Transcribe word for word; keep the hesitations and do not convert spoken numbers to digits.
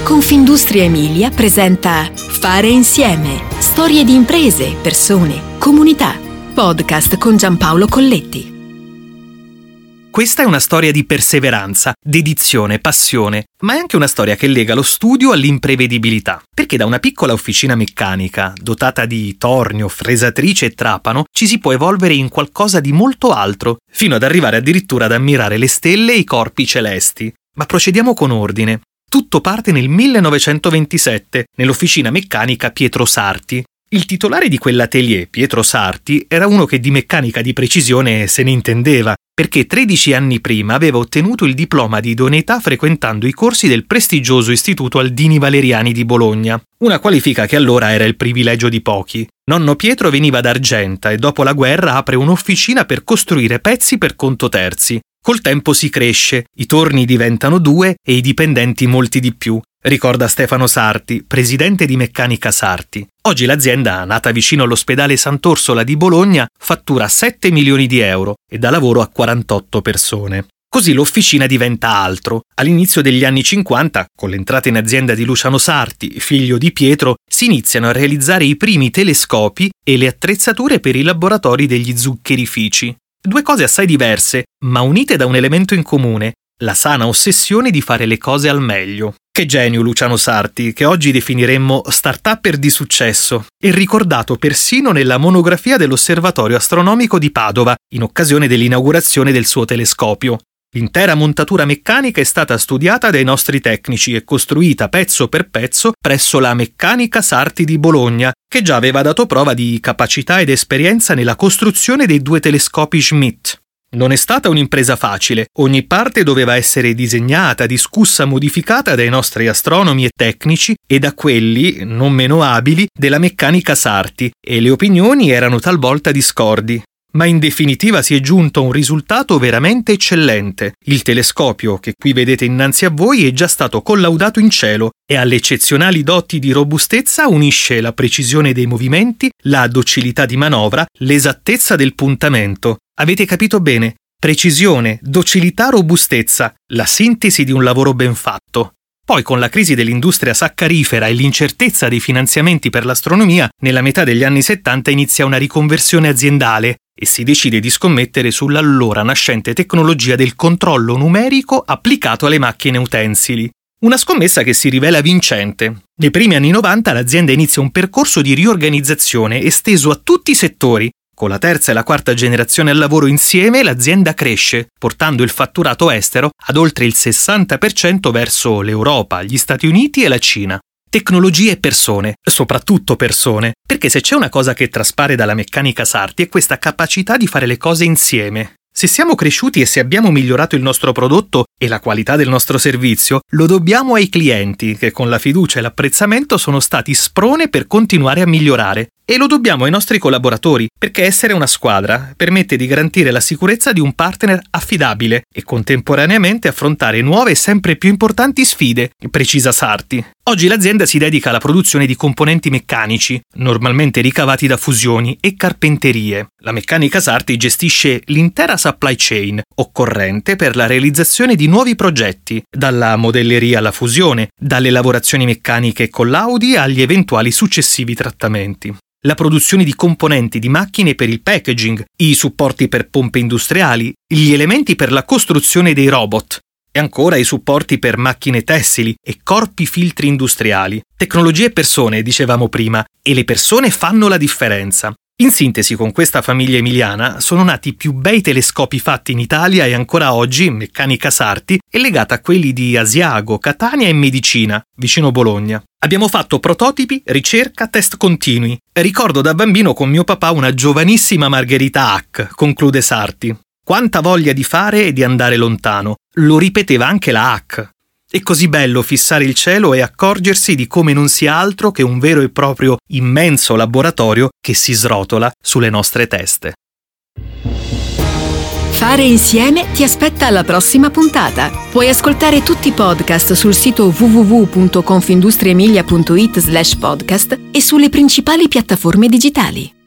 Confindustria Emilia presenta Fare Insieme. Storie di imprese, persone, comunità. Podcast con Giampaolo Colletti. Questa è una storia di perseveranza, dedizione, passione, ma è anche una storia che lega lo studio all'imprevedibilità. Perché da una piccola officina meccanica, dotata di tornio, fresatrice e trapano, ci si può evolvere in qualcosa di molto altro, fino ad arrivare addirittura ad ammirare le stelle e i corpi celesti. Ma procediamo con ordine. Tutto parte nel millenovecentoventisette, nell'officina meccanica Pietro Sarti. Il titolare di quell'atelier, Pietro Sarti, era uno che di meccanica di precisione se ne intendeva, perché tredici anni prima aveva ottenuto il diploma di idoneità frequentando i corsi del prestigioso Istituto Aldini Valeriani di Bologna, una qualifica che allora era il privilegio di pochi. Nonno Pietro veniva da Argenta e dopo la guerra apre un'officina per costruire pezzi per conto terzi. Col tempo si cresce, i torni diventano due e i dipendenti molti di più, ricorda Stefano Sarti, presidente di Meccanica Sarti. Oggi l'azienda, nata vicino all'ospedale Sant'Orsola di Bologna, fattura sette milioni di euro e dà lavoro a quarantotto persone. Così l'officina diventa altro. All'inizio degli anni cinquanta, con l'entrata in azienda di Luciano Sarti, figlio di Pietro, si iniziano a realizzare i primi telescopi e le attrezzature per i laboratori degli zuccherifici. Due cose assai diverse, ma unite da un elemento in comune, la sana ossessione di fare le cose al meglio. Che genio Luciano Sarti, che oggi definiremmo start-upper di successo, e ricordato persino nella monografia dell'Osservatorio Astronomico di Padova, in occasione dell'inaugurazione del suo telescopio. L'intera montatura meccanica è stata studiata dai nostri tecnici e costruita pezzo per pezzo presso la Meccanica Sarti di Bologna, che già aveva dato prova di capacità ed esperienza nella costruzione dei due telescopi Schmidt. Non è stata un'impresa facile, ogni parte doveva essere disegnata, discussa, modificata dai nostri astronomi e tecnici e da quelli, non meno abili, della Meccanica Sarti, e le opinioni erano talvolta discordi. Ma in definitiva si è giunto a un risultato veramente eccellente. Il telescopio, che qui vedete innanzi a voi, è già stato collaudato in cielo e alle eccezionali doti di robustezza unisce la precisione dei movimenti, la docilità di manovra, l'esattezza del puntamento. Avete capito bene? Precisione, docilità, robustezza, la sintesi di un lavoro ben fatto. Poi con la crisi dell'industria saccarifera e l'incertezza dei finanziamenti per l'astronomia, nella metà degli anni settanta inizia una riconversione aziendale e si decide di scommettere sull'allora nascente tecnologia del controllo numerico applicato alle macchine utensili. Una scommessa che si rivela vincente. Nei primi anni novanta l'azienda inizia un percorso di riorganizzazione esteso a tutti i settori. Con la terza e la quarta generazione al lavoro insieme, l'azienda cresce, portando il fatturato estero ad oltre il sessanta per cento verso l'Europa, gli Stati Uniti e la Cina. Tecnologie e persone, soprattutto persone, perché se c'è una cosa che traspare dalla Meccanica Sarti è questa capacità di fare le cose insieme. Se siamo cresciuti e se abbiamo migliorato il nostro prodotto e la qualità del nostro servizio, lo dobbiamo ai clienti che con la fiducia e l'apprezzamento sono stati sprone per continuare a migliorare. E lo dobbiamo ai nostri collaboratori, perché essere una squadra permette di garantire la sicurezza di un partner affidabile e contemporaneamente affrontare nuove e sempre più importanti sfide, precisa Sarti. Oggi l'azienda si dedica alla produzione di componenti meccanici, normalmente ricavati da fusioni e carpenterie. La Meccanica Sarti gestisce l'intera supply chain occorrente per la realizzazione di nuovi progetti, dalla modelleria alla fusione, dalle lavorazioni meccaniche e collaudi agli eventuali successivi trattamenti. La produzione di componenti di macchine per il packaging, i supporti per pompe industriali, gli elementi per la costruzione dei robot e ancora i supporti per macchine tessili e corpi filtri industriali. Tecnologie e persone, dicevamo prima, e le persone fanno la differenza. In sintesi, con questa famiglia emiliana sono nati i più bei telescopi fatti in Italia e ancora oggi Meccanica Sarti è legata a quelli di Asiago, Catania e Medicina, vicino Bologna. Abbiamo fatto prototipi, ricerca, test continui. Ricordo da bambino con mio papà una giovanissima Margherita Hack, conclude Sarti. Quanta voglia di fare e di andare lontano. Lo ripeteva anche la Hack. È così bello fissare il cielo e accorgersi di come non sia altro che un vero e proprio immenso laboratorio che si srotola sulle nostre teste. Fare Insieme ti aspetta alla prossima puntata. Puoi ascoltare tutti i podcast sul sito w w w punto confindustriemilia punto it slash podcast e sulle principali piattaforme digitali.